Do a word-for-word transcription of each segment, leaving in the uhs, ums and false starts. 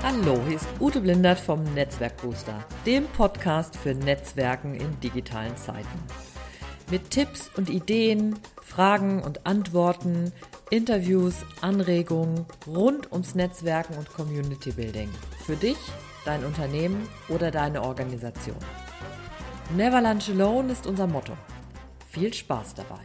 Hallo, hier ist Ute Blindert vom Netzwerkbooster, dem Podcast für Netzwerken in digitalen Zeiten. Mit Tipps und Ideen, Fragen und Antworten, Interviews, Anregungen rund ums Netzwerken und Community Building. Für dich, dein Unternehmen oder deine Organisation. Never Lunch Alone ist unser Motto. Viel Spaß dabei.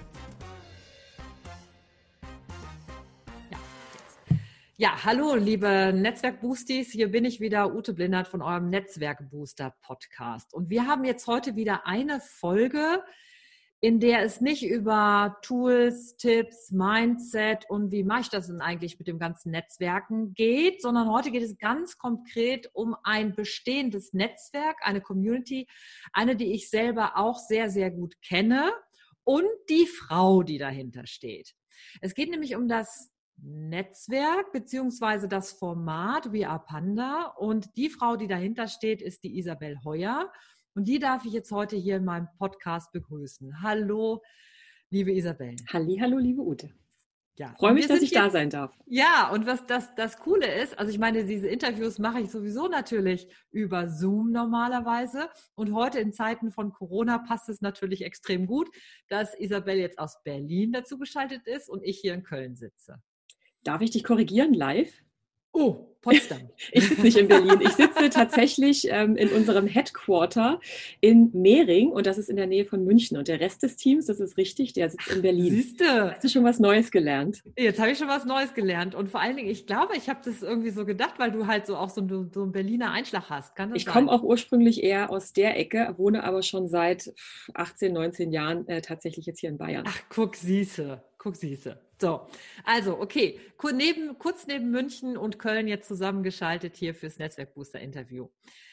Ja, hallo, liebe Netzwerkboosties. Hier bin ich wieder, Ute Blindert von eurem Netzwerkbooster-Podcast. Und wir haben jetzt heute wieder eine Folge, in der es nicht über Tools, Tipps, Mindset und wie mache ich das denn eigentlich mit dem ganzen Netzwerken geht, sondern heute geht es ganz konkret um ein bestehendes Netzwerk, eine Community, eine, die ich selber auch sehr, sehr gut kenne und die Frau, die dahinter steht. Es geht nämlich um das Netzwerk beziehungsweise das Format We Are Panda und die Frau, die dahinter steht, ist die Isabel Heuer und die darf ich jetzt heute hier in meinem Podcast begrüßen. Hallo, liebe Isabel. Halli, hallo, liebe Ute. Ja, freue mich, dass ich jetzt da sein darf. Ja, und was das, das Coole ist, also ich meine, diese Interviews mache ich sowieso natürlich über Zoom normalerweise und heute in Zeiten von Corona passt es natürlich extrem gut, dass Isabel jetzt aus Berlin dazu geschaltet ist und ich hier in Köln sitze. Darf ich dich korrigieren live? Oh, Potsdam. Ich sitze nicht in Berlin. Ich sitze tatsächlich ähm, in unserem Headquarter in Mehring und das ist in der Nähe von München. Und der Rest des Teams, das ist richtig, der sitzt in Berlin. Siehst du? Hast du schon was Neues gelernt? Jetzt habe ich schon was Neues gelernt. Und vor allen Dingen, ich glaube, ich habe das irgendwie so gedacht, weil du halt so auch so, ein, so einen Berliner Einschlag hast. Kann das ich sein? komme auch ursprünglich eher aus der Ecke, wohne aber schon seit achtzehn, neunzehn Jahren äh, tatsächlich jetzt hier in Bayern. Ach, guck, siehste. Guck, siehste. So, also, okay, kurz neben, kurz neben München und Köln jetzt zusammengeschaltet hier fürs Netzwerkbooster-Interview.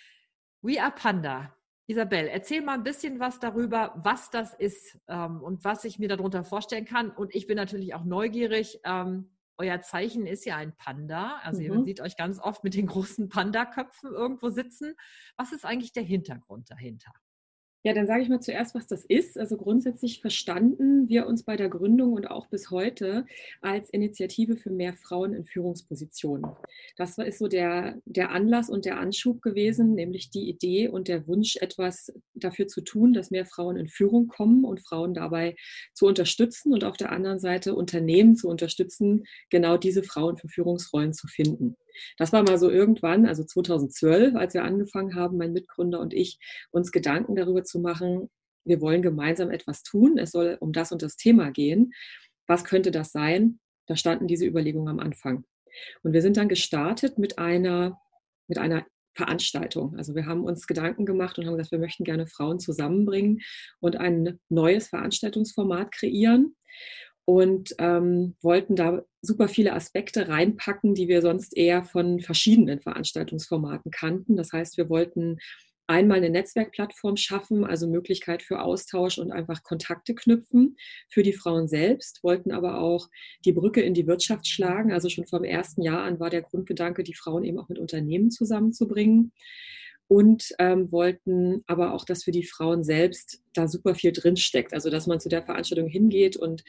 We Are Panda. Isabel, erzähl mal ein bisschen was darüber, was das ist ähm, und was ich mir darunter vorstellen kann. Und ich bin natürlich auch neugierig. Ähm, euer Zeichen ist ja ein Panda. Also mhm. Ihr seht euch ganz oft mit den großen Panda-Köpfen irgendwo sitzen. Was ist eigentlich der Hintergrund dahinter? Ja, dann sage ich mal zuerst, was das ist. Also grundsätzlich verstanden wir uns bei der Gründung und auch bis heute als Initiative für mehr Frauen in Führungspositionen. Das ist so der, der Anlass und der Anschub gewesen, nämlich die Idee und der Wunsch, etwas dafür zu tun, dass mehr Frauen in Führung kommen und Frauen dabei zu unterstützen und auf der anderen Seite Unternehmen zu unterstützen, genau diese Frauen für Führungsrollen zu finden. Das war mal so irgendwann, also zweitausendzwölf, als wir angefangen haben, mein Mitgründer und ich, uns Gedanken darüber zu machen, wir wollen gemeinsam etwas tun, es soll um das und das Thema gehen. Was könnte das sein? Da standen diese Überlegungen am Anfang. Und wir sind dann gestartet mit einer, mit einer Veranstaltung. Also wir haben uns Gedanken gemacht und haben gesagt, wir möchten gerne Frauen zusammenbringen und ein neues Veranstaltungsformat kreieren. Und ähm, wollten da super viele Aspekte reinpacken, die wir sonst eher von verschiedenen Veranstaltungsformaten kannten. Das heißt, wir wollten einmal eine Netzwerkplattform schaffen, also Möglichkeit für Austausch und einfach Kontakte knüpfen für die Frauen selbst, wollten aber auch die Brücke in die Wirtschaft schlagen. Also schon vom ersten Jahr an war der Grundgedanke, die Frauen eben auch mit Unternehmen zusammenzubringen. Und ähm, wollten aber auch, dass für die Frauen selbst da super viel drinsteckt. Also dass man zu der Veranstaltung hingeht und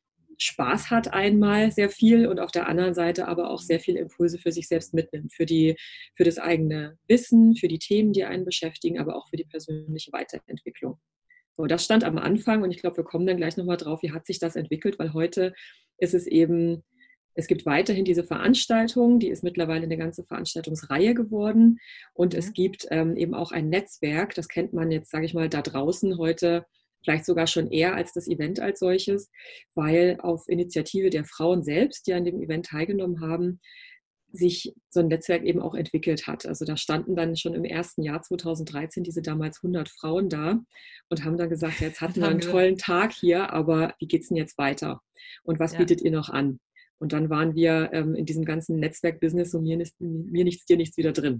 Spaß hat einmal sehr viel und auf der anderen Seite aber auch sehr viele Impulse für sich selbst mitnimmt, für die, für das eigene Wissen, für die Themen, die einen beschäftigen, aber auch für die persönliche Weiterentwicklung. So, das stand am Anfang und ich glaube, wir kommen dann gleich nochmal drauf, wie hat sich das entwickelt, weil heute ist es eben, es gibt weiterhin diese Veranstaltung, die ist mittlerweile eine ganze Veranstaltungsreihe geworden und mhm. es gibt ähm, eben auch ein Netzwerk, das kennt man jetzt, sage ich mal, da draußen heute vielleicht sogar schon eher als das Event als solches, weil auf Initiative der Frauen selbst, die an dem Event teilgenommen haben, sich so ein Netzwerk eben auch entwickelt hat. Also da standen dann schon im ersten Jahr zweitausenddreizehn diese damals hundert Frauen da und haben dann gesagt, jetzt hatten wir einen tollen Tag hier, aber wie geht's denn jetzt weiter? Und was ja. bietet ihr noch an? Und dann waren wir ähm, in diesem ganzen Netzwerk-Business und mir, nicht, mir nichts, dir nichts wieder drin.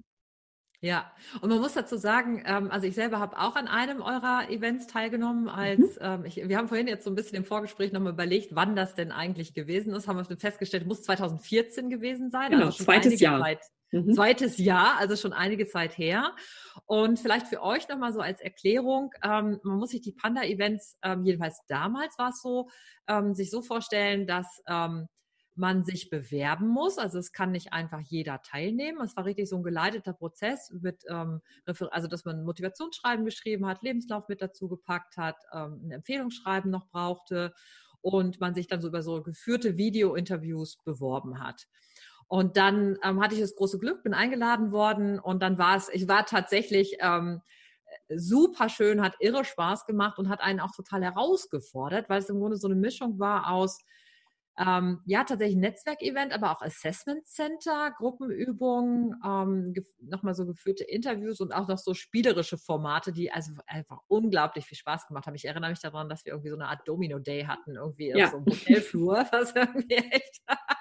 Ja, und man muss dazu sagen, also ich selber habe auch an einem eurer Events teilgenommen, als mhm. ähm, ich, wir haben vorhin jetzt so ein bisschen im Vorgespräch nochmal überlegt, wann das denn eigentlich gewesen ist, haben wir festgestellt, muss zweitausendvierzehn gewesen sein. Genau, also schon zweites Jahr. Zeit, mhm. Zweites Jahr, also schon einige Zeit her. Und vielleicht für euch nochmal so als Erklärung, ähm, man muss sich die Panda-Events, ähm, jedenfalls damals war es so, ähm, sich so vorstellen, dass ähm, man sich bewerben muss. Also es kann nicht einfach jeder teilnehmen. Es war richtig so ein geleiteter Prozess mit, ähm, also dass man ein Motivationsschreiben geschrieben hat, Lebenslauf mit dazu gepackt hat, ähm, ein Empfehlungsschreiben noch brauchte und man sich dann so über so geführte Video-Interviews beworben hat. Und dann ähm, hatte ich das große Glück, bin eingeladen worden und dann war es, ich war tatsächlich ähm, super schön, hat irre Spaß gemacht und hat einen auch total herausgefordert, weil es im Grunde so eine Mischung war aus Ähm, ja, tatsächlich ein Netzwerkevent, aber auch Assessment Center, Gruppenübungen, ähm, nochmal so geführte Interviews und auch noch so spielerische Formate, die also einfach unglaublich viel Spaß gemacht haben. Ich erinnere mich daran, dass wir irgendwie so eine Art Domino-Day hatten, irgendwie auf Ja. so einem Hotelflur, was irgendwie echt,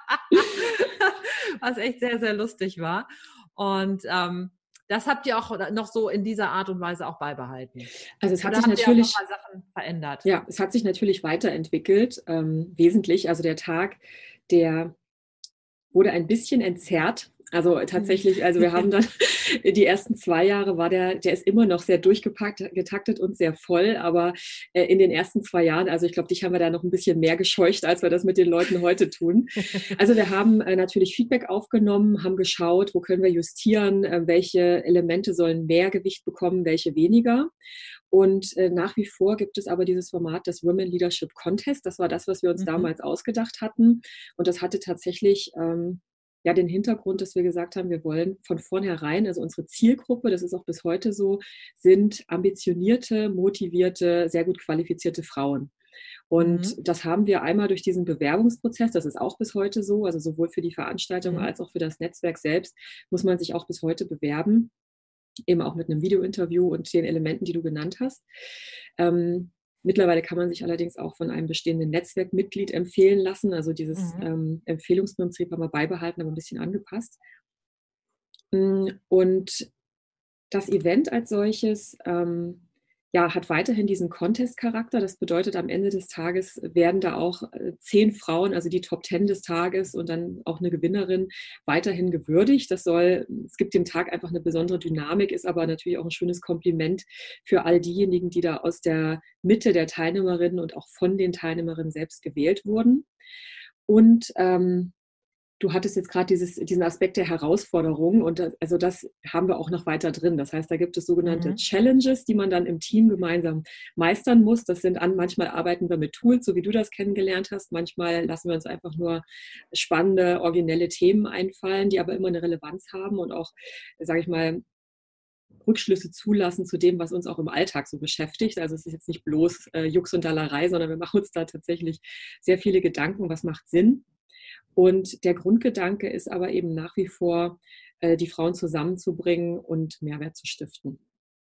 was echt sehr, sehr lustig war. Und ähm, das habt ihr auch noch so in dieser Art und Weise auch beibehalten. Also es hat Oder sich habt ihr auch natürlich noch mal Sachen verändert? Ja, es hat sich natürlich weiterentwickelt, ähm, wesentlich. Also der Tag, der wurde ein bisschen entzerrt. Also tatsächlich, also wir haben dann die ersten zwei Jahre war der, der ist immer noch sehr durchgepackt, getaktet und sehr voll, aber äh, in den ersten zwei Jahren, also ich glaube, dich haben wir da noch ein bisschen mehr gescheucht, als wir das mit den Leuten heute tun. Also wir haben äh, natürlich Feedback aufgenommen, haben geschaut, wo können wir justieren, äh, welche Elemente sollen mehr Gewicht bekommen, welche weniger. Und äh, nach wie vor gibt es aber dieses Format des Women Leadership Contest. Das war das, was wir uns mhm. damals ausgedacht hatten. Und das hatte tatsächlich ähm, ja den Hintergrund, dass wir gesagt haben, wir wollen von vornherein, also unsere Zielgruppe, das ist auch bis heute so, sind ambitionierte, motivierte, sehr gut qualifizierte Frauen. Und mhm. das haben wir einmal durch diesen Bewerbungsprozess, das ist auch bis heute so, also sowohl für die Veranstaltung mhm. als auch für das Netzwerk selbst muss man sich auch bis heute bewerben. Eben auch mit einem Videointerview und den Elementen, die du genannt hast. Ähm, mittlerweile kann man sich allerdings auch von einem bestehenden Netzwerkmitglied empfehlen lassen. Also dieses mhm. ähm, Empfehlungsprinzip haben wir beibehalten, aber ein bisschen angepasst. Und das Event als solches ähm, ja, hat weiterhin diesen Contest-Charakter. Das bedeutet, am Ende des Tages werden da auch äh, zehn Frauen, also die Top Ten des Tages und dann auch eine Gewinnerin, weiterhin gewürdigt. Das soll, es gibt dem Tag einfach eine besondere Dynamik, ist aber natürlich auch ein schönes Kompliment für all diejenigen, die da aus der Mitte der Teilnehmerinnen und auch von den Teilnehmerinnen selbst gewählt wurden. Und ähm, du hattest jetzt gerade dieses, diesen Aspekt der Herausforderung und das, also das haben wir auch noch weiter drin. Das heißt, da gibt es sogenannte mhm. Challenges, die man dann im Team gemeinsam meistern muss. Das sind an, manchmal arbeiten wir mit Tools, so wie du das kennengelernt hast. Manchmal lassen wir uns einfach nur spannende, originelle Themen einfallen, die aber immer eine Relevanz haben und auch, sage ich mal, Rückschlüsse zulassen zu dem, was uns auch im Alltag so beschäftigt. Also es ist jetzt nicht bloß äh, Jux und Dallerei, sondern wir machen uns da tatsächlich sehr viele Gedanken, was macht Sinn. Und der Grundgedanke ist aber eben nach wie vor, die Frauen zusammenzubringen und Mehrwert zu stiften.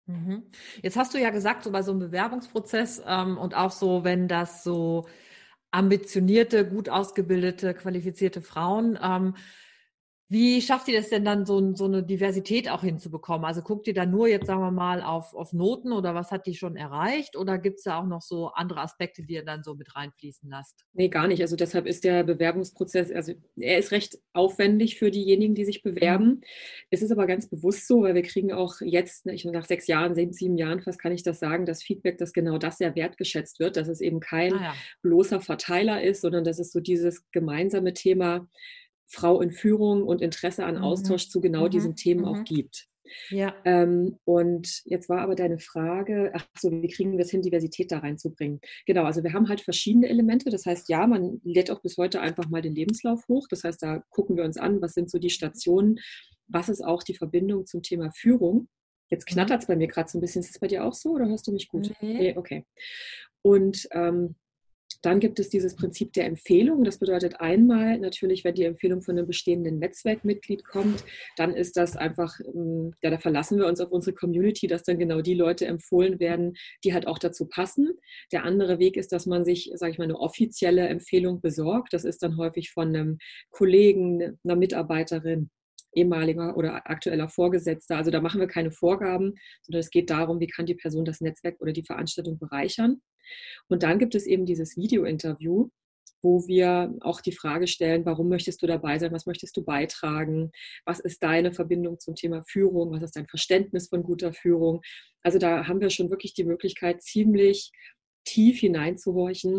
Jetzt hast du ja gesagt, so bei so einem Bewerbungsprozess ähm, und auch so, wenn das so ambitionierte, gut ausgebildete, qualifizierte Frauen, ähm, wie schafft ihr das denn dann, so, so eine Diversität auch hinzubekommen? Also guckt ihr da nur jetzt, sagen wir mal, auf, auf Noten oder was hat die schon erreicht? Oder gibt es da auch noch so andere Aspekte, die ihr dann so mit reinfließen lasst? Nee, gar nicht. Also deshalb ist der Bewerbungsprozess, also er ist recht aufwendig für diejenigen, die sich bewerben. Mhm. Es ist aber ganz bewusst so, weil wir kriegen auch jetzt, ich, nach sechs Jahren, sieben, sieben Jahren fast, kann ich das sagen, das Feedback, dass genau das sehr wertgeschätzt wird, dass es eben kein ah, ja. bloßer Verteiler ist, sondern dass es so dieses gemeinsame Thema Frau in Führung und Interesse an Austausch mhm. zu genau mhm. diesen Themen mhm. auch gibt. Ja. Ähm, und jetzt war aber deine Frage, ach so, wie kriegen wir es hin, Diversität da reinzubringen? Genau, also wir haben halt verschiedene Elemente. Das heißt, ja, man lädt auch bis heute einfach mal den Lebenslauf hoch. Das heißt, da gucken wir uns an, was sind so die Stationen, was ist auch die Verbindung zum Thema Führung. Jetzt knattert es bei mir gerade so ein bisschen. Ist das bei dir auch so oder hörst du mich gut? Nee. Nee, okay. Und ähm, dann gibt es dieses Prinzip der Empfehlung. Das bedeutet einmal natürlich, wenn die Empfehlung von einem bestehenden Netzwerkmitglied kommt, dann ist das einfach, ja, da verlassen wir uns auf unsere Community, dass dann genau die Leute empfohlen werden, die halt auch dazu passen. Der andere Weg ist, dass man sich, sage ich mal, eine offizielle Empfehlung besorgt. Das ist dann häufig von einem Kollegen, einer Mitarbeiterin, ehemaliger oder aktueller Vorgesetzter. Also da machen wir keine Vorgaben, sondern es geht darum, wie kann die Person das Netzwerk oder die Veranstaltung bereichern. Und dann gibt es eben dieses Video-Interview, wo wir auch die Frage stellen, warum möchtest du dabei sein, was möchtest du beitragen, was ist deine Verbindung zum Thema Führung, was ist dein Verständnis von guter Führung. Also da haben wir schon wirklich die Möglichkeit, ziemlich tief hineinzuhorchen,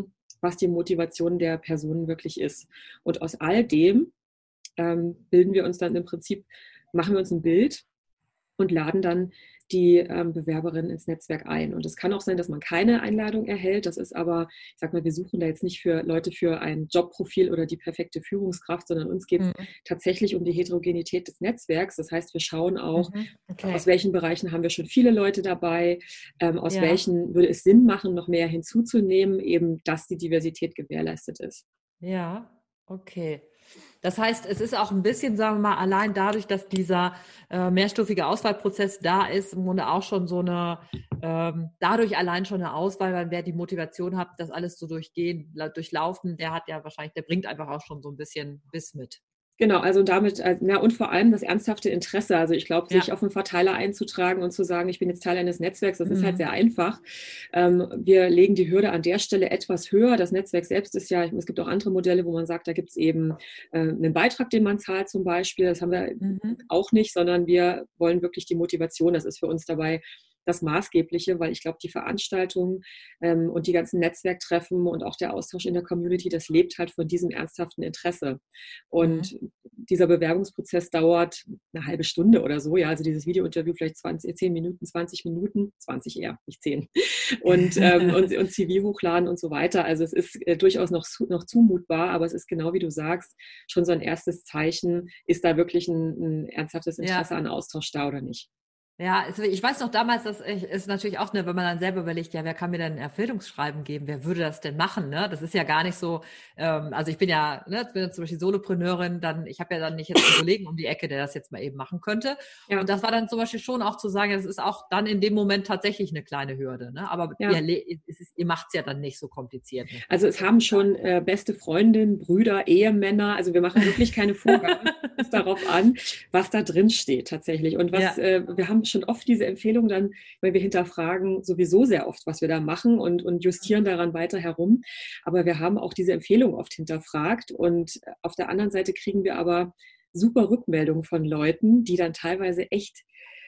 was die Motivation der Personen wirklich ist. Und aus all dem ähm, bilden wir uns dann im Prinzip, machen wir uns ein Bild und laden dann die ähm, Bewerberin ins Netzwerk ein. Und es kann auch sein, dass man keine Einladung erhält. Das ist aber, ich sag mal, wir suchen da jetzt nicht für Leute für ein Jobprofil oder die perfekte Führungskraft, sondern uns geht es mhm. tatsächlich um die Heterogenität des Netzwerks. Das heißt, wir schauen auch, mhm. okay. aus welchen Bereichen haben wir schon viele Leute dabei, ähm, aus ja. welchen würde es Sinn machen, noch mehr hinzuzunehmen, eben, dass die Diversität gewährleistet ist. Ja, okay. Das heißt, es ist auch ein bisschen, sagen wir mal, allein dadurch, dass dieser äh, mehrstufige Auswahlprozess da ist, im Grunde auch schon so eine, ähm, dadurch allein schon eine Auswahl, weil wer die Motivation hat, das alles zu durchgehen, durchlaufen, der hat ja wahrscheinlich, der bringt einfach auch schon so ein bisschen Biss mit. Genau, also damit, na und vor allem das ernsthafte Interesse. Also ich glaube, sich ja. auf einen Verteiler einzutragen und zu sagen, ich bin jetzt Teil eines Netzwerks, das mhm. ist halt sehr einfach. Ähm, wir legen die Hürde an der Stelle etwas höher. Das Netzwerk selbst ist ja, es gibt auch andere Modelle, wo man sagt, da gibt es eben äh, einen Beitrag, den man zahlt zum Beispiel. Das haben wir mhm. auch nicht, sondern wir wollen wirklich die Motivation. Das ist für uns dabei das Maßgebliche, weil ich glaube, die Veranstaltungen ähm, und die ganzen Netzwerktreffen und auch der Austausch in der Community, das lebt halt von diesem ernsthaften Interesse. Und mhm. dieser Bewerbungsprozess dauert eine halbe Stunde oder so, ja, also dieses Videointerview vielleicht zwanzig, zehn Minuten, zwanzig Minuten, zwanzig eher, nicht zehn. Und, ähm, und, und C V hochladen und so weiter. Also es ist äh, durchaus noch, noch zumutbar, aber es ist genau wie du sagst, schon so ein erstes Zeichen, ist da wirklich ein, ein ernsthaftes Interesse ja. an Austausch da oder nicht. Ja, ich weiß noch damals, das ist natürlich auch, ne, wenn man dann selber überlegt, ja, wer kann mir denn ein Empfehlungsschreiben geben? Wer würde das denn machen? Ne? Das ist ja gar nicht so, ähm, also ich bin ja, ne, bin ja zum Beispiel Solopreneurin, dann, ich habe ja dann nicht jetzt einen Kollegen um die Ecke, der das jetzt mal eben machen könnte. Ja. Und das war dann zum Beispiel schon auch zu sagen, das ist auch dann in dem Moment tatsächlich eine kleine Hürde. Ne? Aber ja. ihr, ihr macht es ja dann nicht so kompliziert. Ne? Also es haben schon äh, beste Freundinnen, Brüder, Ehemänner, also wir machen wirklich keine Vorgaben. Es kommt darauf an, was da drin steht tatsächlich. Und was, ja. äh, wir haben schon oft diese Empfehlung dann, weil wir hinterfragen sowieso sehr oft, was wir da machen und, und justieren daran weiter herum. Aber wir haben auch diese Empfehlung oft hinterfragt und auf der anderen Seite kriegen wir aber super Rückmeldungen von Leuten, die dann teilweise echt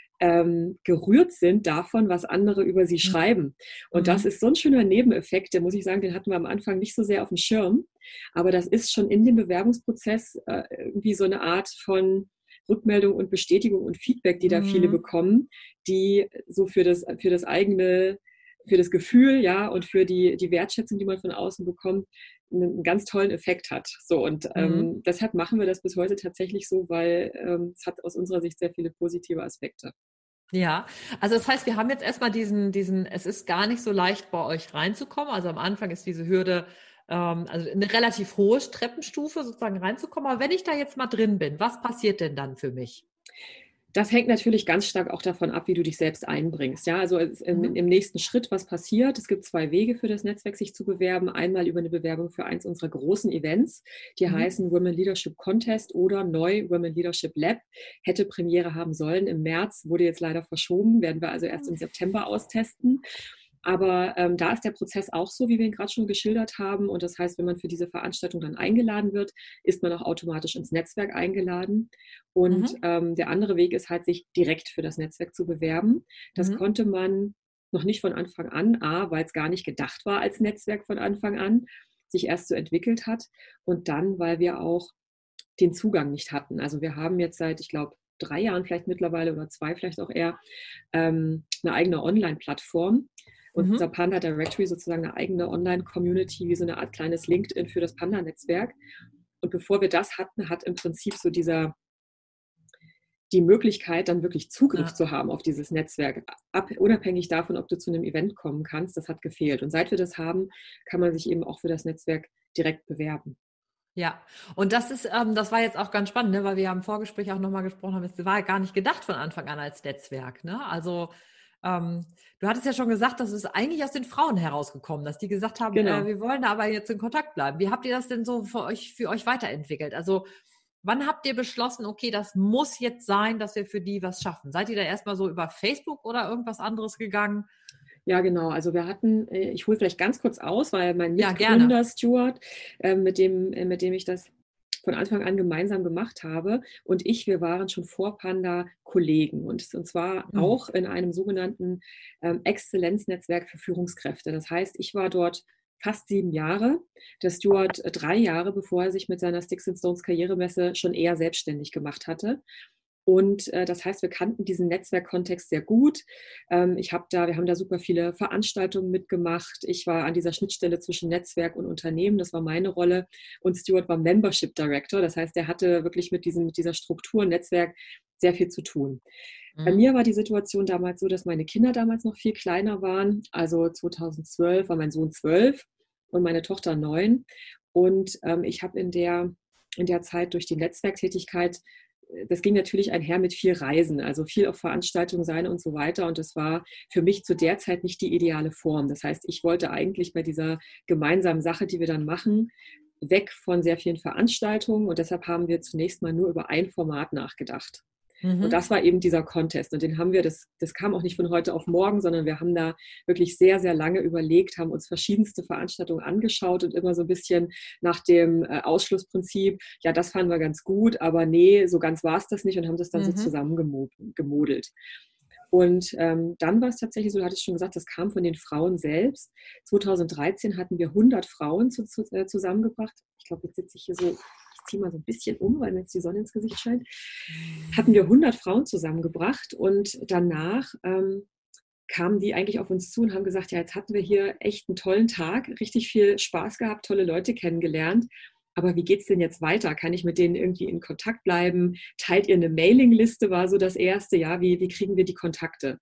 ähm, gerührt sind davon, was andere über sie schreiben. Und mhm. das ist so ein schöner Nebeneffekt, der muss ich sagen, den hatten wir am Anfang nicht so sehr auf dem Schirm. Aber das ist schon in dem Bewerbungsprozess äh, irgendwie so eine Art von Rückmeldung und Bestätigung und Feedback, die da mhm. viele bekommen, die so für das, für das eigene, für das Gefühl, ja, und für die, die Wertschätzung, die man von außen bekommt, einen ganz tollen Effekt hat. So, und mhm. ähm, deshalb machen wir das bis heute tatsächlich so, weil ähm, es hat aus unserer Sicht sehr viele positive Aspekte. Ja, also das heißt, wir haben jetzt erstmal diesen, diesen, es ist gar nicht so leicht, bei euch reinzukommen. Also am Anfang ist diese Hürde, also eine relativ hohe Treppenstufe sozusagen reinzukommen. Aber wenn ich da jetzt mal drin bin, was passiert denn dann für mich? Das hängt natürlich ganz stark auch davon ab, wie du dich selbst einbringst. Ja, also im, mhm. im nächsten Schritt, was passiert? Es gibt zwei Wege für das Netzwerk, sich zu bewerben. Einmal über eine Bewerbung für eins unserer großen Events, die mhm. heißen Women Leadership Contest oder neu Women Leadership Lab. Hätte Premiere haben sollen im März, wurde jetzt leider verschoben, werden wir also erst im September austesten. Aber ähm, da ist der Prozess auch so, wie wir ihn gerade schon geschildert haben. Und das heißt, wenn man für diese Veranstaltung dann eingeladen wird, ist man auch automatisch ins Netzwerk eingeladen. Und mhm. ähm, der andere Weg ist halt, sich direkt für das Netzwerk zu bewerben. Das mhm. konnte man noch nicht von Anfang an, A, weil es gar nicht gedacht war als Netzwerk von Anfang an, sich erst so entwickelt hat. Und dann, weil wir auch den Zugang nicht hatten. Also wir haben jetzt seit, ich glaube, drei Jahren vielleicht mittlerweile oder zwei vielleicht auch eher, ähm, eine eigene Online-Plattform. Und mhm. unser Panda Directory sozusagen eine eigene Online-Community, wie so eine Art kleines LinkedIn für das Panda-Netzwerk. Und bevor wir das hatten, hat im Prinzip so dieser, die Möglichkeit, dann wirklich Zugriff ja. zu haben auf dieses Netzwerk, ab, unabhängig davon, ob du zu einem Event kommen kannst, das hat gefehlt. Und seit wir das haben, kann man sich eben auch für das Netzwerk direkt bewerben. Ja, und das ist, ähm, das war jetzt auch ganz spannend, ne, weil wir ja im Vorgespräch auch nochmal gesprochen haben, es war ja gar nicht gedacht von Anfang an als Netzwerk, ne? Also Ähm, du hattest ja schon gesagt, das ist eigentlich aus den Frauen herausgekommen, dass die gesagt haben, genau. äh, wir wollen da aber jetzt in Kontakt bleiben. Wie habt ihr das denn so für euch, für euch weiterentwickelt? Also wann habt ihr beschlossen, okay, das muss jetzt sein, dass wir für die was schaffen? Seid ihr da erstmal so über Facebook oder irgendwas anderes gegangen? Ja, genau. Also wir hatten, ich hole vielleicht ganz kurz aus, weil mein Mitgründer ja, Stuart, äh, mit dem, äh, mit dem ich das von Anfang an gemeinsam gemacht habe. Und ich, wir waren schon vor Panda Kollegen und, und zwar mhm. auch in einem sogenannten ähm, Exzellenznetzwerk für Führungskräfte. Das heißt, ich war dort fast sieben Jahre. Der Stuart äh, drei Jahre, bevor er sich mit seiner Sticks and Stones Karrieremesse schon eher selbstständig gemacht hatte. Und äh, das heißt, wir kannten diesen Netzwerkkontext sehr gut. Ähm, ich habe da, wir haben da super viele Veranstaltungen mitgemacht. Ich war an dieser Schnittstelle zwischen Netzwerk und Unternehmen. Das war meine Rolle. Und Stuart war Membership Director. Das heißt, er hatte wirklich mit diesem, mit dieser Struktur Netzwerk sehr viel zu tun. Mhm. Bei mir war die Situation damals so, dass meine Kinder damals noch viel kleiner waren. Also zweitausendzwölf war mein Sohn zwölf und meine Tochter neun. Und ähm, ich habe in der, in der Zeit durch die Netzwerktätigkeit, das ging natürlich einher mit viel Reisen, also viel auf Veranstaltungen sein und so weiter. Und das war für mich zu der Zeit nicht die ideale Form. Das heißt, ich wollte eigentlich bei dieser gemeinsamen Sache, die wir dann machen, weg von sehr vielen Veranstaltungen. Und deshalb haben wir zunächst mal nur über ein Format nachgedacht. Mhm. Und das war eben dieser Contest. Und den haben wir, das, das kam auch nicht von heute auf morgen, sondern wir haben da wirklich sehr, sehr lange überlegt, haben uns verschiedenste Veranstaltungen angeschaut und immer so ein bisschen nach dem äh, Ausschlussprinzip, ja, das fanden wir ganz gut, aber nee, so ganz war es das nicht und haben das dann mhm. so zusammengemodelt. Und ähm, dann war es tatsächlich so, du hattest schon gesagt, das kam von den Frauen selbst. zweitausenddreizehn hatten wir hundert Frauen zu, zu, äh, zusammengebracht. Ich glaube, jetzt sitze ich hier so, ich ziehe mal so ein bisschen um, weil mir jetzt die Sonne ins Gesicht scheint. Hatten wir hundert Frauen zusammengebracht und danach ähm, kamen die eigentlich auf uns zu und haben gesagt, ja, jetzt hatten wir hier echt einen tollen Tag, richtig viel Spaß gehabt, tolle Leute kennengelernt. Aber wie geht es denn jetzt weiter? Kann ich mit denen irgendwie in Kontakt bleiben? Teilt ihr eine Mailingliste, war so das Erste. Ja, wie, wie kriegen wir die Kontakte?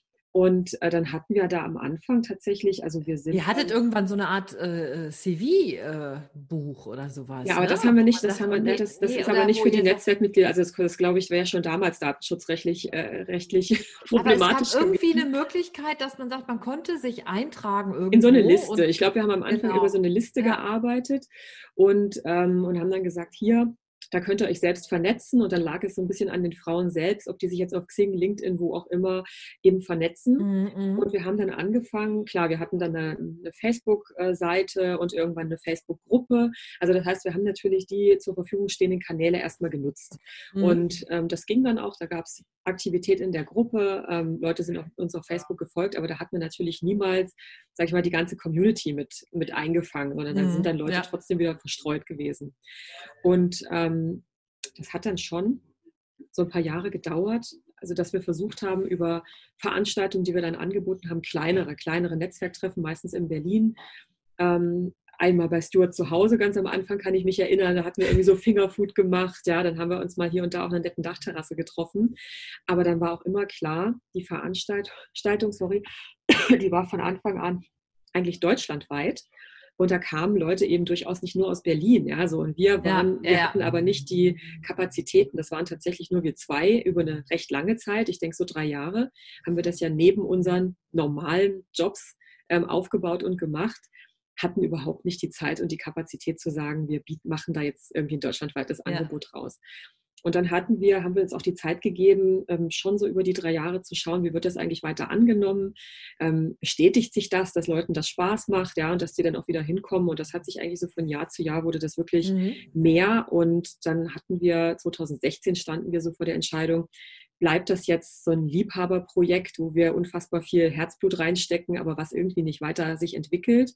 Und äh, dann hatten wir da am Anfang tatsächlich, also wir sind... Ihr hattet dann, irgendwann so eine Art äh, C V-Buch äh, oder sowas. Ja, aber ne? das haben wir nicht, das, das, haben wir, nee, das, das nee, ist aber nicht für die das, Netzwerkmitglieder, also das, das glaube ich, wäre ja schon damals datenschutzrechtlich äh, rechtlich problematisch. Aber es gab irgendwie gewesen. Eine Möglichkeit, dass man sagt, man konnte sich eintragen irgendwo. In so eine Liste. Ich glaube, wir haben am Anfang genau. über so eine Liste ja. gearbeitet und, ähm, und haben dann gesagt, hier, da könnt ihr euch selbst vernetzen und dann lag es so ein bisschen an den Frauen selbst, ob die sich jetzt auf Xing, LinkedIn, wo auch immer eben vernetzen. Mhm. Und wir haben dann angefangen, klar, wir hatten dann eine, eine Facebook-Seite und irgendwann eine Facebook-Gruppe. Also das heißt, wir haben natürlich die zur Verfügung stehenden Kanäle erstmal genutzt. Mhm. Und ähm, das ging dann auch, da gab es Aktivität in der Gruppe, ähm, Leute sind auf, uns auf Facebook gefolgt, aber da hat man natürlich niemals, sag ich mal, die ganze Community mit, mit eingefangen, sondern dann mhm. sind dann Leute ja. trotzdem wieder verstreut gewesen. Und ähm, das hat dann schon so ein paar Jahre gedauert, also dass wir versucht haben, über Veranstaltungen, die wir dann angeboten haben, kleinere, kleinere Netzwerktreffen, meistens in Berlin, ähm, einmal bei Stuart zu Hause, ganz am Anfang kann ich mich erinnern, da hatten wir irgendwie so Fingerfood gemacht, ja, dann haben wir uns mal hier und da auf einer netten Dachterrasse getroffen, aber dann war auch immer klar, die Veranstaltung, sorry, die war von Anfang an eigentlich deutschlandweit. Und da kamen Leute eben durchaus nicht nur aus Berlin, ja, so. Und wir waren, ja, wir ja. hatten aber nicht die Kapazitäten. Das waren tatsächlich nur wir zwei über eine recht lange Zeit. Ich denke, so drei Jahre haben wir das ja neben unseren normalen Jobs ähm, aufgebaut und gemacht, hatten überhaupt nicht die Zeit und die Kapazität zu sagen, wir bieten, machen da jetzt irgendwie ein deutschlandweites ja. Angebot raus. Und dann hatten wir, haben wir uns auch die Zeit gegeben, ähm, schon so über die drei Jahre zu schauen, wie wird das eigentlich weiter angenommen? Ähm, bestätigt sich das, dass Leuten das Spaß macht, ja, und dass die dann auch wieder hinkommen? Und das hat sich eigentlich so von Jahr zu Jahr wurde das wirklich mhm. mehr. Und dann hatten wir, zweitausendsechzehn standen wir so vor der Entscheidung, bleibt das jetzt so ein Liebhaberprojekt, wo wir unfassbar viel Herzblut reinstecken, aber was irgendwie nicht weiter sich entwickelt?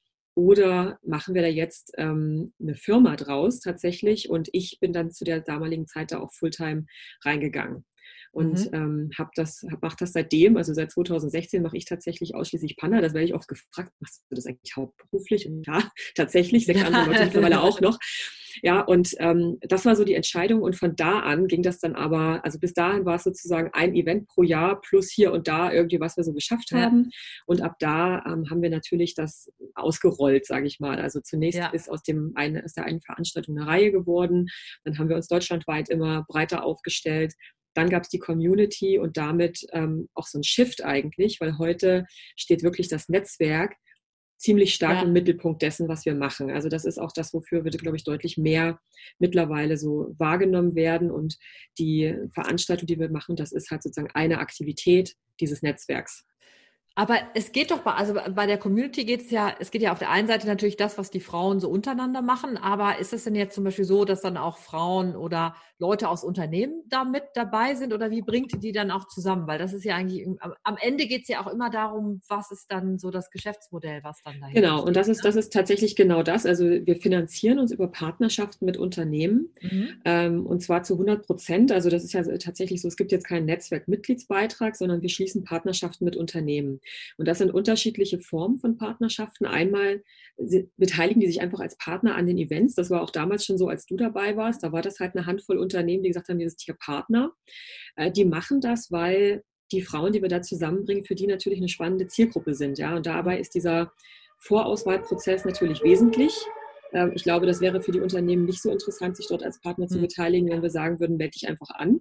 Oder machen wir da jetzt ähm, eine Firma draus tatsächlich? Und ich bin dann zu der damaligen Zeit da auch Fulltime reingegangen. Und mhm. ähm, habe das, hab, mache das seitdem, also seit zweitausendsechzehn mache ich tatsächlich ausschließlich Panna. Das werde ich oft gefragt, machst du das eigentlich hauptberuflich? Und ja, tatsächlich, sechs andere Leute mittlerweile auch noch. Ja, und ähm, das war so die Entscheidung. Und von da an ging das dann aber, also bis dahin war es sozusagen ein Event pro Jahr plus hier und da irgendwie, was wir so geschafft ja. haben. Und ab da ähm, haben wir natürlich das ausgerollt, sage ich mal. Also zunächst ja. ist aus, dem einen, aus der einen Veranstaltung eine Reihe geworden. Dann haben wir uns deutschlandweit immer breiter aufgestellt. Dann gab es die Community und damit ähm, auch so ein Shift eigentlich, weil heute steht wirklich das Netzwerk ziemlich stark ja. im Mittelpunkt dessen, was wir machen. Also das ist auch das, wofür wir, glaube ich, deutlich mehr mittlerweile so wahrgenommen werden. Und die Veranstaltung, die wir machen, das ist halt sozusagen eine Aktivität dieses Netzwerks. Aber es geht doch bei, also bei der Community geht es ja, es geht ja auf der einen Seite natürlich das, was die Frauen so untereinander machen, aber ist es denn jetzt zum Beispiel so, dass dann auch Frauen oder Leute aus Unternehmen da mit dabei sind oder wie bringt ihr die dann auch zusammen? Weil das ist ja eigentlich, am am Ende geht es ja auch immer darum, was ist dann so das Geschäftsmodell, was dann dahinter Genau, und steht, das ist, ne? das ist tatsächlich genau das. Also wir finanzieren uns über Partnerschaften mit Unternehmen, Mhm. ähm, und zwar zu hundert Prozent. Also das ist ja tatsächlich so, es gibt jetzt keinen Netzwerkmitgliedsbeitrag, sondern wir schließen Partnerschaften mit Unternehmen. Und das sind unterschiedliche Formen von Partnerschaften. Einmal sie- beteiligen die sich einfach als Partner an den Events. Das war auch damals schon so, als du dabei warst. Da war das halt eine Handvoll Unternehmen, die gesagt haben, wir sind hier Partner. Äh, die machen das, weil die Frauen, die wir da zusammenbringen, für die natürlich eine spannende Zielgruppe sind. Ja? Und dabei ist dieser Vorauswahlprozess natürlich wesentlich. Ähm, ich glaube, das wäre für die Unternehmen nicht so interessant, sich dort als Partner zu Hm. beteiligen, wenn wir sagen würden, melde dich einfach an.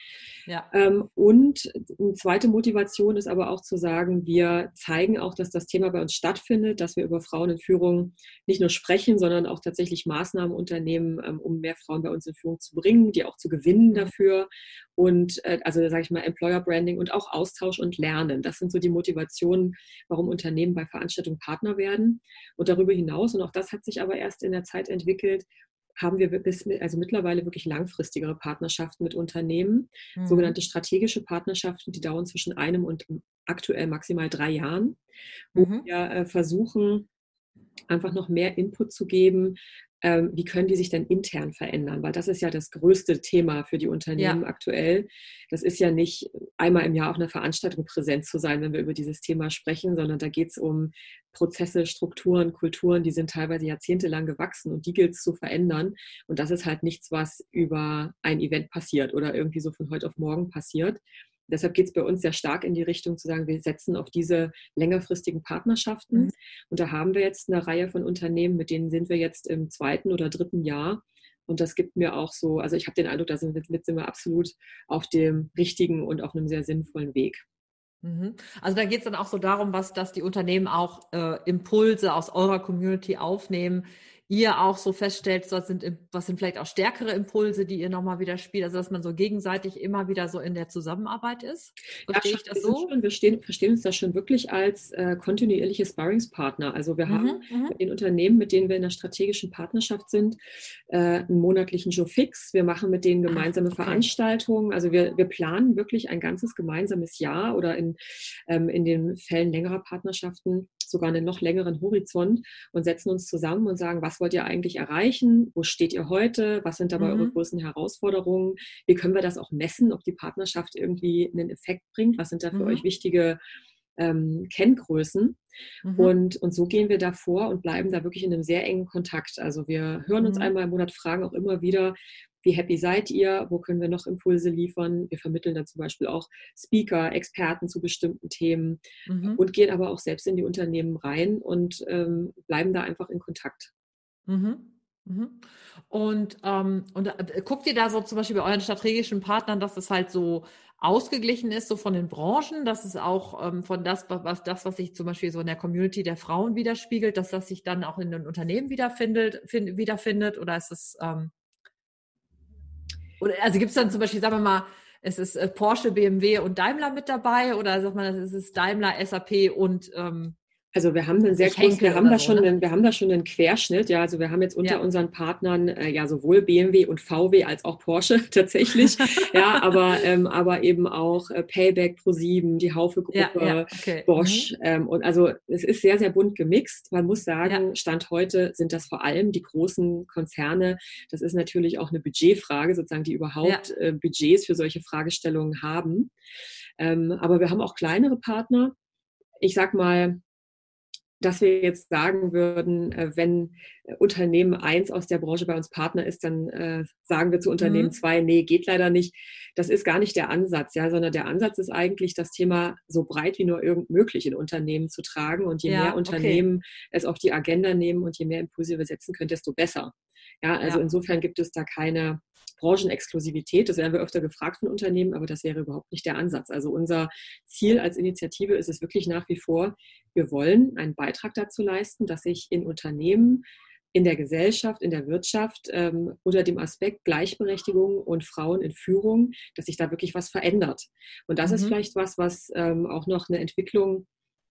Ja. Ähm, und eine zweite Motivation ist aber auch zu sagen, wir zeigen auch, dass das Thema bei uns stattfindet, dass wir über Frauen in Führung nicht nur sprechen, sondern auch tatsächlich Maßnahmen unternehmen, ähm, um mehr Frauen bei uns in Führung zu bringen, die auch zu gewinnen Mhm. dafür. Und äh, also sage ich mal Employer Branding und auch Austausch und Lernen. Das sind so die Motivationen, warum Unternehmen bei Veranstaltungen Partner werden. Und darüber hinaus, und auch das hat sich aber erst in der Zeit entwickelt, haben wir bis, also mittlerweile wirklich langfristigere Partnerschaften mit Unternehmen, sogenannte Mhm. strategische Partnerschaften, die dauern zwischen einem und aktuell maximal drei Jahren, wo Mhm. wir äh, versuchen, einfach noch mehr Input zu geben. Ähm, wie können die sich denn intern verändern? Weil das ist ja das größte Thema für die Unternehmen Ja. aktuell. Das ist ja nicht einmal im Jahr auf einer Veranstaltung präsent zu sein, wenn wir über dieses Thema sprechen, sondern da geht es um Prozesse, Strukturen, Kulturen, die sind teilweise jahrzehntelang gewachsen und die gilt es zu verändern. Und das ist halt nichts, was über ein Event passiert oder irgendwie so von heute auf morgen passiert. Deshalb geht es bei uns sehr stark in die Richtung zu sagen, wir setzen auf diese längerfristigen Partnerschaften. Mhm. Und da haben wir jetzt eine Reihe von Unternehmen, mit denen sind wir jetzt im zweiten oder dritten Jahr. Und das gibt mir auch so, also ich habe den Eindruck, da sind wir, sind wir absolut auf dem richtigen und auf einem sehr sinnvollen Weg. Mhm. Also da geht es dann auch so darum, was, dass die Unternehmen auch äh, Impulse aus eurer Community aufnehmen. Ihr auch so feststellt, was sind, was sind vielleicht auch stärkere Impulse, die ihr nochmal wieder spielt. Also dass man so gegenseitig immer wieder so in der Zusammenarbeit ist. Ja, Verstehe schon, ich das wir sind so? schon, wir stehen, verstehen uns da schon wirklich als äh, kontinuierliche Sparringspartner. Also wir haben Mhm. Mhm. mit den Unternehmen, mit denen wir in einer strategischen Partnerschaft sind, äh, einen monatlichen Joe Fix. Wir machen mit denen Ah, gemeinsame okay. Veranstaltungen. Also wir, wir planen wirklich ein ganzes gemeinsames Jahr oder in, ähm, in den Fällen längerer Partnerschaften sogar einen noch längeren Horizont und setzen uns zusammen und sagen, was wollt ihr eigentlich erreichen? Wo steht ihr heute? Was sind dabei eure Mhm. größten Herausforderungen? Wie können wir das auch messen, ob die Partnerschaft irgendwie einen Effekt bringt? Was sind da für euch Mhm. wichtige ähm, Kenngrößen? Mhm. Und, und so gehen wir da vor und bleiben da wirklich in einem sehr engen Kontakt. Also wir hören uns Mhm. einmal im Monat, fragen auch immer wieder, wie happy seid ihr? Wo können wir noch Impulse liefern? Wir vermitteln da zum Beispiel auch Speaker, Experten zu bestimmten Themen Mhm. und gehen aber auch selbst in die Unternehmen rein und ähm, bleiben da einfach in Kontakt. Mhm. Mhm. Und, ähm, und äh, guckt ihr da so zum Beispiel bei euren strategischen Partnern, dass es halt so ausgeglichen ist, so von den Branchen, dass es auch ähm, von das, was das, was sich zum Beispiel so in der Community der Frauen widerspiegelt, dass das sich dann auch in den Unternehmen wiederfindet, find, wiederfindet? Oder ist es, ähm, oder also gibt es dann zum Beispiel, sagen wir mal, es ist äh, Porsche, B M W und Daimler mit dabei, oder sagt man, es ist Daimler, S A P und ähm, Also wir haben einen weiß sehr nicht, großen, wir Henkel haben oder da so, schon ne? einen, wir haben da schon einen Querschnitt, ja, also wir haben jetzt unter Ja. unseren Partnern äh, ja sowohl B M W und V W als auch Porsche tatsächlich, ja, aber, ähm, aber eben auch äh, Payback, ProSieben, die Ja, ja, Haufe-Gruppe, okay. Bosch, Mhm. ähm, und also es ist sehr, sehr bunt gemixt. Man muss Ja. sagen, Stand heute sind das vor allem die großen Konzerne. Das ist natürlich auch eine Budgetfrage, sozusagen, die Ja. überhaupt äh, Budgets für solche Fragestellungen haben. Ähm, aber wir haben auch kleinere Partner. Ich sag mal, dass wir jetzt sagen würden, äh, wenn äh, Unternehmen eins aus der Branche bei uns Partner ist, dann äh, sagen wir zu Unternehmen Mhm. zwei, nee, geht leider nicht. Das ist gar nicht der Ansatz, ja, sondern der Ansatz ist eigentlich, das Thema so breit wie nur irgend möglich in Unternehmen zu tragen. Und je mehr Ja, okay. Unternehmen es auf die Agenda nehmen und je mehr Impulse wir setzen können, desto besser. Ja, also Ja. insofern gibt es da keine Branchenexklusivität. Das werden wir öfter gefragt von Unternehmen, aber das wäre überhaupt nicht der Ansatz. Also unser Ziel als Initiative ist es wirklich nach wie vor, wir wollen einen Beitrag dazu leisten, dass sich in Unternehmen, in der Gesellschaft, in der Wirtschaft ähm, unter dem Aspekt Gleichberechtigung und Frauen in Führung, dass sich da wirklich was verändert. Und das ist Mhm. vielleicht was, was ähm, auch noch eine Entwicklung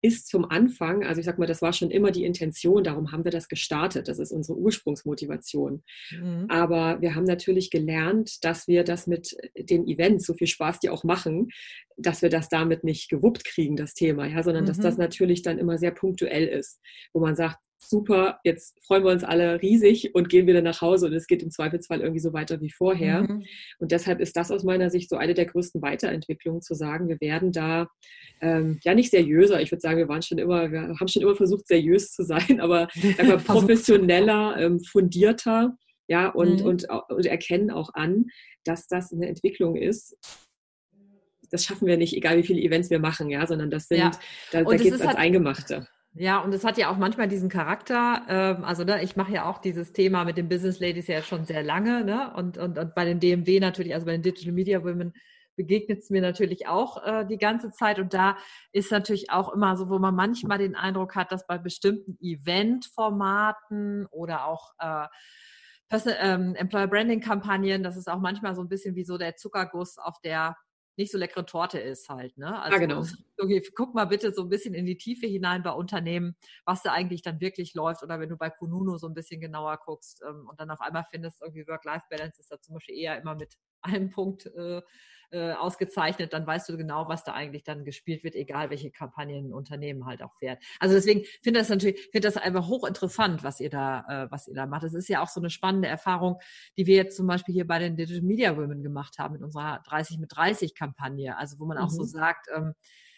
ist zum Anfang, also ich sag mal, das war schon immer die Intention, darum haben wir das gestartet. Das ist unsere Ursprungsmotivation. Mhm. Aber wir haben natürlich gelernt, dass wir das mit den Events, so viel Spaß die auch machen, dass wir das damit nicht gewuppt kriegen, das Thema, ja, sondern Mhm. dass das natürlich dann immer sehr punktuell ist, wo man sagt, super, jetzt freuen wir uns alle riesig und gehen wieder nach Hause und es geht im Zweifelsfall irgendwie so weiter wie vorher. Mhm. Und deshalb ist das aus meiner Sicht so eine der größten Weiterentwicklungen, zu sagen, wir werden da ähm, ja nicht seriöser, ich würde sagen, wir waren schon immer, wir haben schon immer versucht, seriös zu sein, aber sagen wir, professioneller, ähm, fundierter, ja, und, Mhm. und, und erkennen auch an, dass das eine Entwicklung ist. Das schaffen wir nicht, egal wie viele Events wir machen, ja, sondern das sind, Ja. da, da Und es geht es ist ans halt, Eingemachte. ja, und es hat ja auch manchmal diesen Charakter, ähm, also ne, ich mache ja auch dieses Thema mit den Business Ladies ja schon sehr lange, ne? Und, und, und bei den D M W natürlich, also bei den Digital Media Women begegnet es mir natürlich auch äh, die ganze Zeit. Und da ist natürlich auch immer so, wo man manchmal den Eindruck hat, dass bei bestimmten Event-Formaten oder auch äh, Person, ähm, Employer Branding Kampagnen, dass es auch manchmal so ein bisschen wie so der Zuckerguss auf der nicht so leckere Torte ist halt, ne? Ja, Also genau. okay, guck mal bitte so ein bisschen in die Tiefe hinein bei Unternehmen, was da eigentlich dann wirklich läuft, oder wenn du bei Kununu so ein bisschen genauer guckst ähm, und dann auf einmal findest, irgendwie Work-Life-Balance ist da zum Beispiel eher immer mit einem Punkt äh, äh, ausgezeichnet, dann weißt du genau, was da eigentlich dann gespielt wird, egal welche Kampagnen ein Unternehmen halt auch fährt. Also deswegen finde das natürlich, finde das einfach hochinteressant, was ihr da, äh, was ihr da macht. Das ist ja auch so eine spannende Erfahrung, die wir jetzt zum Beispiel hier bei den Digital Media Women gemacht haben mit unserer dreißig mit dreißig Kampagne. Also wo man auch Mhm. so sagt, ähm,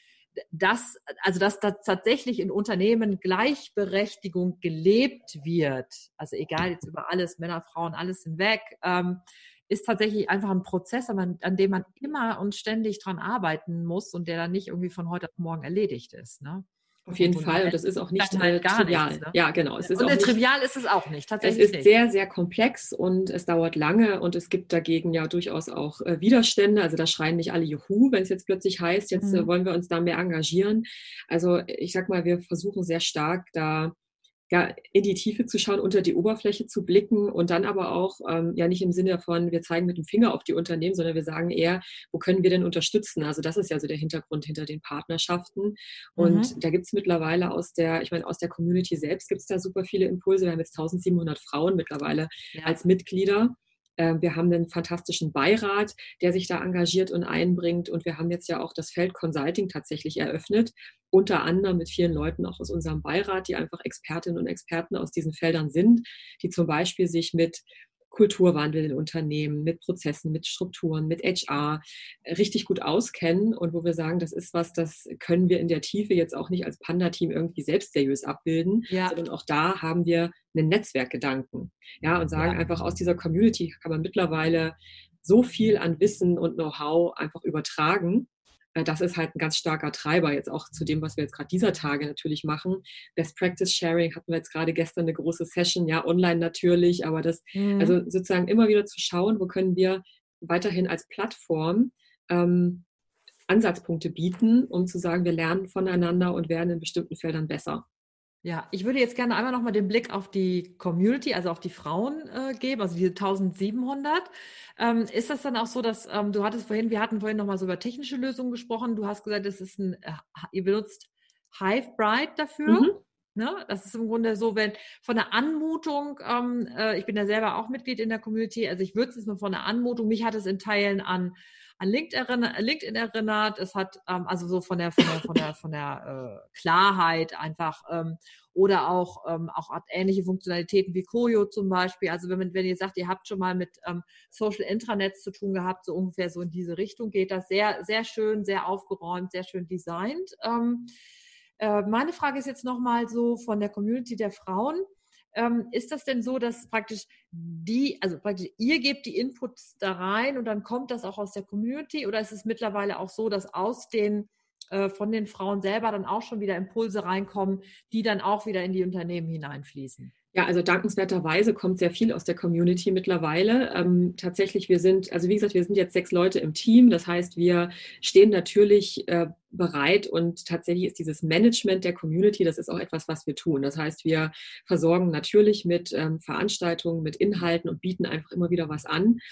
dass, also dass da tatsächlich in Unternehmen Gleichberechtigung gelebt wird, also egal jetzt über alles, Männer, Frauen, alles hinweg, ähm, ist tatsächlich einfach ein Prozess, an dem man immer und ständig dran arbeiten muss und der dann nicht irgendwie von heute auf morgen erledigt ist. Ne? Auf Und jeden von Fall. daher Und das ist auch nicht dann halt äh, gar nichts. trivial. Ne? Ja, genau. Es ist Und auch äh, nicht, trivial ist es auch nicht, es tatsächlich ist nicht. sehr, sehr komplex und es dauert lange und es gibt dagegen ja durchaus auch äh, Widerstände. Also da schreien nicht alle Juhu, wenn es jetzt plötzlich heißt, jetzt äh, Mhm. wollen wir uns da mehr engagieren. Also ich sag mal, wir versuchen sehr stark da ja, in die Tiefe zu schauen, unter die Oberfläche zu blicken und dann aber auch, ähm, ja nicht im Sinne von, wir zeigen mit dem Finger auf die Unternehmen, sondern wir sagen eher, wo können wir denn unterstützen? Also das ist ja so der Hintergrund hinter den Partnerschaften. Und Mhm. da gibt es mittlerweile aus der, ich meine, aus der Community selbst gibt es da super viele Impulse. Wir haben jetzt eintausendsiebenhundert Frauen mittlerweile Ja. als Mitglieder. Wir haben einen fantastischen Beirat, der sich da engagiert und einbringt. Und wir haben jetzt ja auch das Feld Consulting tatsächlich eröffnet, unter anderem mit vielen Leuten auch aus unserem Beirat, die einfach Expertinnen und Experten aus diesen Feldern sind, die zum Beispiel sich mit Kulturwandel in Unternehmen, mit Prozessen, mit Strukturen, mit H R richtig gut auskennen und wo wir sagen, das ist was, das können wir in der Tiefe jetzt auch nicht als Panda-Team irgendwie selbst seriös abbilden, Ja. sondern auch da haben wir einen Netzwerkgedanken. Ja, und sagen Ja. einfach, aus dieser Community kann man mittlerweile so viel an Wissen und Know-how einfach übertragen. Das ist halt ein ganz starker Treiber jetzt auch zu dem, was wir jetzt gerade dieser Tage natürlich machen. Best Practice Sharing hatten wir jetzt gerade gestern eine große Session, ja, online natürlich, aber das, Mhm. also sozusagen immer wieder zu schauen, wo können wir weiterhin als Plattform ähm, Ansatzpunkte bieten, um zu sagen, wir lernen voneinander und werden in bestimmten Feldern besser. Ja, ich würde jetzt gerne einmal nochmal den Blick auf die Community, also auf die Frauen äh, geben, also diese eintausendsiebenhundert. Ähm, ist das dann auch so, dass ähm, du hattest vorhin, wir hatten vorhin nochmal so über technische Lösungen gesprochen. Du hast gesagt, das ist ein, äh, ihr benutzt Hivebrite dafür. Mhm. Ne? Das ist im Grunde so, wenn von der Anmutung, ähm, äh, ich bin ja selber auch Mitglied in der Community, also ich würde es mal von der Anmutung, mich hat es in Teilen an an LinkedIn erinnert. Es hat ähm, also so von der von der von der von der äh, Klarheit einfach ähm, oder auch ähm, auch hat ähnliche Funktionalitäten wie Koyo zum Beispiel. Also wenn man wenn ihr sagt, ihr habt schon mal mit ähm, Social Intranets zu tun gehabt, so ungefähr so in diese Richtung geht das sehr sehr schön, sehr aufgeräumt, sehr schön designt. Ähm, äh, meine Frage ist jetzt nochmal so von der Community der Frauen. Ähm, ist das denn so, dass praktisch die, also praktisch ihr gebt die Inputs da rein und dann kommt das auch aus der Community, oder ist es mittlerweile auch so, dass aus den äh, von den Frauen selber dann auch schon wieder Impulse reinkommen, die dann auch wieder in die Unternehmen hineinfließen? Ja, also dankenswerterweise kommt sehr viel aus der Community mittlerweile. Ähm, tatsächlich, wir sind, also wie gesagt, wir sind jetzt sechs Leute im Team. Das heißt, wir stehen natürlich äh, bereit und tatsächlich ist dieses Management der Community, das ist auch etwas, was wir tun. Das heißt, wir versorgen natürlich mit ähm, Veranstaltungen, mit Inhalten und bieten einfach immer wieder was an.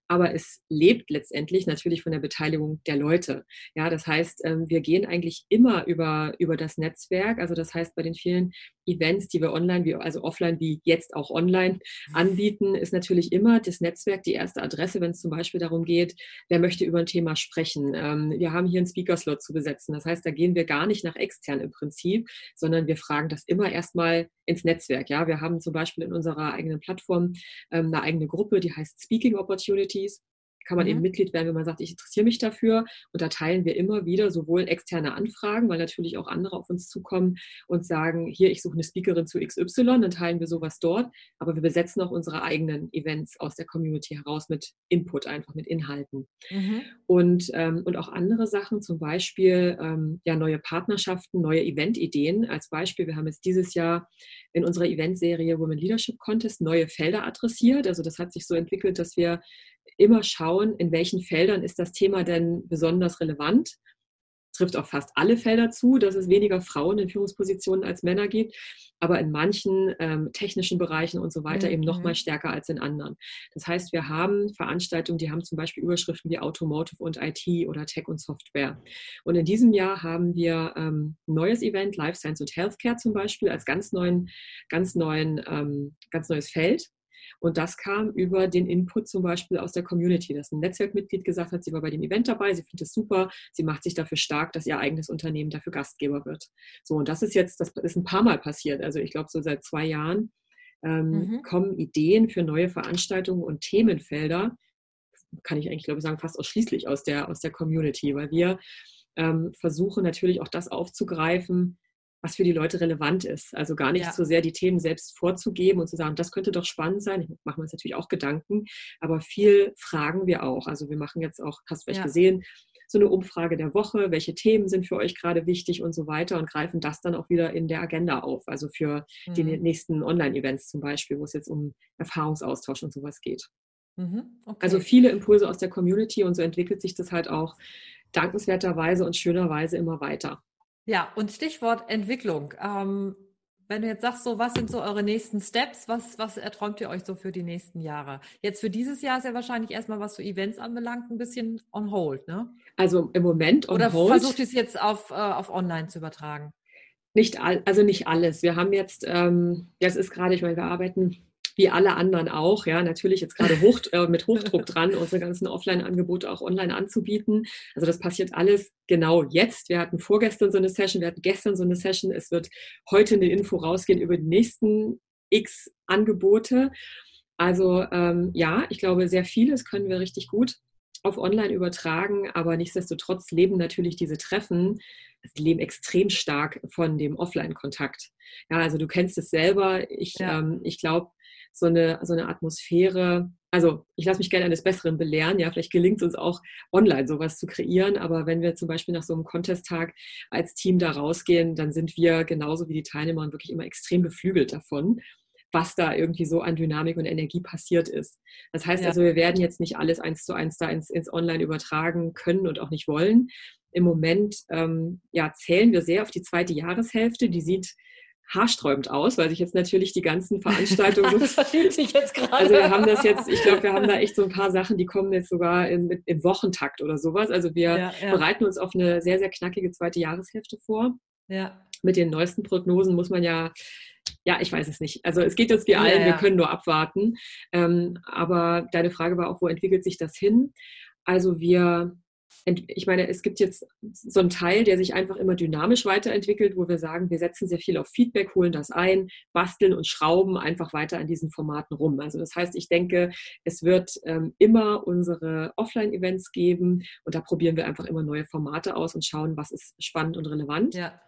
aber es lebt letztendlich natürlich von der Beteiligung der Leute. Ja, das heißt, wir gehen eigentlich immer über, über das Netzwerk. Also das heißt, bei den vielen Events, die wir online, wie, also offline wie jetzt auch online anbieten, ist natürlich immer das Netzwerk die erste Adresse, wenn es zum Beispiel darum geht, wer möchte über ein Thema sprechen. Wir haben hier einen Speaker-Slot zu besetzen. Das heißt, da gehen wir gar nicht nach extern im Prinzip, sondern wir fragen das immer erstmal ins Netzwerk. Ja, wir haben zum Beispiel in unserer eigenen Plattform eine eigene Gruppe, die heißt Speaking Opportunities. Kann man mhm. eben Mitglied werden, wenn man sagt, ich interessiere mich dafür. Und da teilen wir immer wieder sowohl externe Anfragen, weil natürlich auch andere auf uns zukommen und sagen, hier, ich suche eine Speakerin zu X Y, dann teilen wir sowas dort. Aber wir besetzen auch unsere eigenen Events aus der Community heraus mit Input, einfach mit Inhalten. Mhm. Und, ähm, und auch andere Sachen, zum Beispiel ähm, ja, neue Partnerschaften, neue Event-Ideen. Als Beispiel, wir haben jetzt dieses Jahr in unserer Eventserie Women Leadership Contest neue Felder adressiert. Also das hat sich so entwickelt, dass wir immer schauen, in welchen Feldern ist das Thema denn besonders relevant. Trifft auf fast alle Felder zu, dass es weniger Frauen in Führungspositionen als Männer gibt, aber in manchen ähm, technischen Bereichen und so weiter mhm. eben noch mal stärker als in anderen. Das heißt, wir haben Veranstaltungen, die haben zum Beispiel Überschriften wie Automotive und I T oder Tech und Software. Und in diesem Jahr haben wir ähm, ein neues Event, Life Science und Healthcare zum Beispiel, als ganz neuen, ganz neuen, ähm, ganz neues Feld. Und das kam über den Input zum Beispiel aus der Community, dass ein Netzwerkmitglied gesagt hat, sie war bei dem Event dabei, sie findet es super, sie macht sich dafür stark, dass ihr eigenes Unternehmen dafür Gastgeber wird. So, und das ist jetzt, das ist ein paar Mal passiert. Also ich glaube, so seit zwei Jahren ähm, mhm. kommen Ideen für neue Veranstaltungen und Themenfelder, kann ich eigentlich, glaube ich, sagen, fast ausschließlich aus der, aus der Community, weil wir ähm, versuchen natürlich auch das aufzugreifen, was für die Leute relevant ist. Also gar nicht ja. so sehr die Themen selbst vorzugeben und zu sagen, das könnte doch spannend sein. Ich mache mir jetzt natürlich auch Gedanken, aber viel fragen wir auch. Also wir machen jetzt auch, hast du vielleicht ja. gesehen, so eine Umfrage der Woche, welche Themen sind für euch gerade wichtig und so weiter und greifen das dann auch wieder in der Agenda auf. Also für mhm. die nächsten Online-Events zum Beispiel, wo es jetzt um Erfahrungsaustausch und sowas geht. Mhm. Okay. Also viele Impulse aus der Community und so entwickelt sich das halt auch dankenswerterweise und schönerweise immer weiter. Ja, und Stichwort Entwicklung. Ähm, wenn du jetzt sagst, so, was sind so eure nächsten Steps? Was, was erträumt ihr euch so für die nächsten Jahre? Jetzt für dieses Jahr ist ja wahrscheinlich erstmal, was so Events anbelangt, ein bisschen on hold, ne? Also im Moment on Oder hold. Oder versucht ihr es jetzt auf, äh, auf online zu übertragen? Nicht all, also nicht alles. Wir haben jetzt, ähm, das ist gerade, ich meine, wir arbeiten wie alle anderen auch, ja, natürlich jetzt gerade hoch, äh, mit Hochdruck dran, unsere ganzen Offline-Angebote auch online anzubieten. Also das passiert alles genau jetzt. Wir hatten vorgestern so eine Session, wir hatten gestern so eine Session. Es wird heute eine Info rausgehen über die nächsten X Angebote. Also ähm, ja, ich glaube, sehr vieles können wir richtig gut auf online übertragen, aber nichtsdestotrotz leben natürlich diese Treffen, die leben extrem stark von dem Offline-Kontakt. Ja, also du kennst es selber. Ich, ja. ähm, ich glaube, so eine, so eine Atmosphäre, also ich lasse mich gerne eines Besseren belehren, ja, vielleicht gelingt es uns auch online sowas zu kreieren, aber wenn wir zum Beispiel nach so einem Contest-Tag als Team da rausgehen, dann sind wir genauso wie die Teilnehmer wirklich immer extrem beflügelt davon, was da irgendwie so an Dynamik und Energie passiert ist. Das heißt ja. also, wir werden jetzt nicht alles eins zu eins da ins, ins Online übertragen können und auch nicht wollen. Im Moment ähm, ja, zählen wir sehr auf die zweite Jahreshälfte, die sieht haarsträubend aus, weil sich jetzt natürlich die ganzen Veranstaltungen... Das verschiebt sich jetzt gerade. Also wir haben das jetzt, ich glaube, wir haben da echt so ein paar Sachen, die kommen jetzt sogar in, in Wochentakt oder sowas. Also wir ja, ja. bereiten uns auf eine sehr, sehr knackige zweite Jahreshälfte vor. Ja. Mit den neuesten Prognosen muss man ja, ja, ich weiß es nicht. Also es geht uns wie allen, ja, ja. wir können nur abwarten. Ähm, aber deine Frage war auch, wo entwickelt sich das hin? Also wir... Ich meine, es gibt jetzt so einen Teil, der sich einfach immer dynamisch weiterentwickelt, wo wir sagen, wir setzen sehr viel auf Feedback, holen das ein, basteln und schrauben einfach weiter an diesen Formaten rum. Also das heißt, ich denke, es wird ähm, immer unsere Offline-Events geben und da probieren wir einfach immer neue Formate aus und schauen, was ist spannend und relevant. Ja.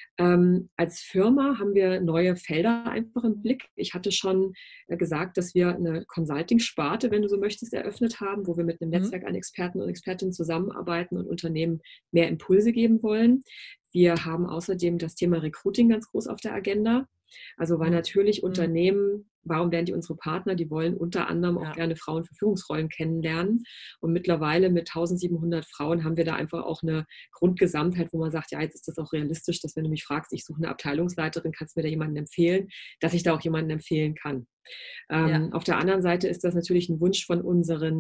Ähm, als Firma haben wir neue Felder einfach im Blick. Ich hatte schon äh, gesagt, dass wir eine Consulting-Sparte, wenn du so möchtest, eröffnet haben, wo wir mit einem mhm. Netzwerk an Experten und Expertinnen zusammenarbeiten und Unternehmen mehr Impulse geben wollen. Wir haben außerdem das Thema Recruiting ganz groß auf der Agenda. Also weil natürlich mhm. Unternehmen, warum werden die unsere Partner? Die wollen unter anderem auch ja. gerne Frauen für Führungsrollen kennenlernen. Und mittlerweile mit eintausendsiebenhundert Frauen haben wir da einfach auch eine Grundgesamtheit, wo man sagt, ja, jetzt ist das auch realistisch, dass wenn du mich fragst, ich suche eine Abteilungsleiterin, kannst du mir da jemanden empfehlen, dass ich da auch jemanden empfehlen kann. Ähm, ja. Auf der anderen Seite ist das natürlich ein Wunsch von unseren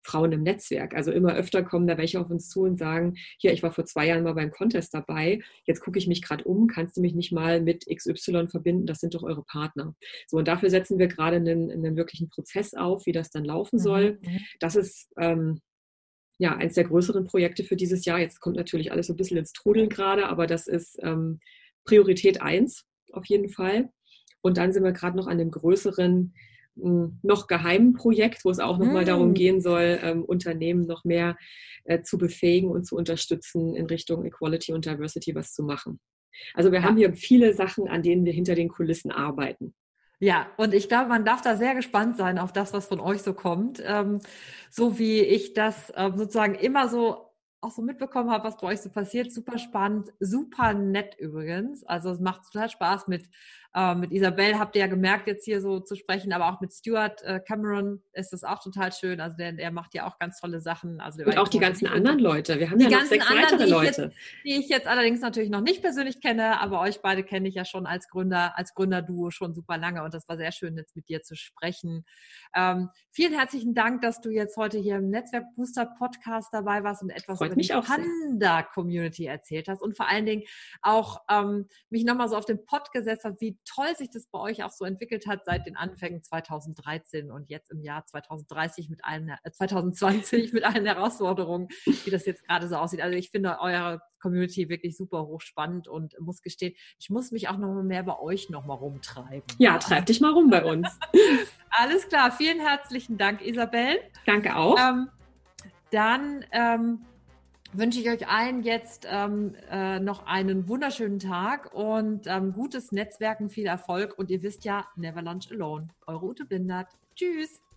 Frauen im Netzwerk. Also immer öfter kommen da welche auf uns zu und sagen, hier, ich war vor zwei Jahren mal beim Contest dabei, jetzt gucke ich mich gerade um, kannst du mich nicht mal mit X Y verbinden, das sind doch eure Partner. So, und dafür setzen wir gerade einen, einen wirklichen Prozess auf, wie das dann laufen soll. Mhm. Das ist ähm, ja eines der größeren Projekte für dieses Jahr. Jetzt kommt natürlich alles so ein bisschen ins Trudeln gerade, aber das ist ähm, Priorität eins auf jeden Fall. Und dann sind wir gerade noch an dem größeren, noch geheimen Projekt, wo es auch nochmal mm. darum gehen soll, ähm, Unternehmen noch mehr äh, zu befähigen und zu unterstützen, in Richtung Equality und Diversity was zu machen. Also wir ja. haben hier viele Sachen, an denen wir hinter den Kulissen arbeiten. Ja, und ich glaube, man darf da sehr gespannt sein auf das, was von euch so kommt. Ähm, so wie ich das ähm, sozusagen immer so auch so mitbekommen habe, was bei euch so passiert. Super spannend, super nett übrigens. Also es macht total Spaß mit, äh, mit Isabel, habt ihr ja gemerkt, jetzt hier so zu sprechen, aber auch mit Stuart äh, Cameron ist das auch total schön. Also der, der macht ja auch ganz tolle Sachen. Also und auch die ganzen anderen Leute. Wir haben ja noch sechs anderen, weitere die Leute. Jetzt, die ich jetzt allerdings natürlich noch nicht persönlich kenne, aber euch beide kenne ich ja schon als Gründer, als Gründerduo schon super lange und das war sehr schön, jetzt mit dir zu sprechen. Ähm, vielen herzlichen Dank, dass du jetzt heute hier im Netzwerk Booster Podcast dabei warst und etwas Freut über mich die auch Panda-Community erzählt hast und vor allen Dingen auch ähm, mich nochmal so auf den Pott gesetzt hast, wie toll sich das bei euch auch so entwickelt hat seit den Anfängen zweitausenddreizehn und jetzt im Jahr zweitausenddreißig mit allen, äh, zweitausendzwanzig mit allen Herausforderungen, wie das jetzt gerade so aussieht. Also ich finde eure Community wirklich super hochspannend und muss gestehen, ich muss mich auch noch mal mehr bei euch noch mal rumtreiben. Ja, treib dich mal rum bei uns. Alles klar, vielen herzlichen Dank, Isabel. Danke auch. Ähm, dann ähm, wünsche ich euch allen jetzt ähm, äh, noch einen wunderschönen Tag und ähm, gutes Netzwerken, viel Erfolg und ihr wisst ja, never lunch alone. Eure Ute Blindert. Tschüss.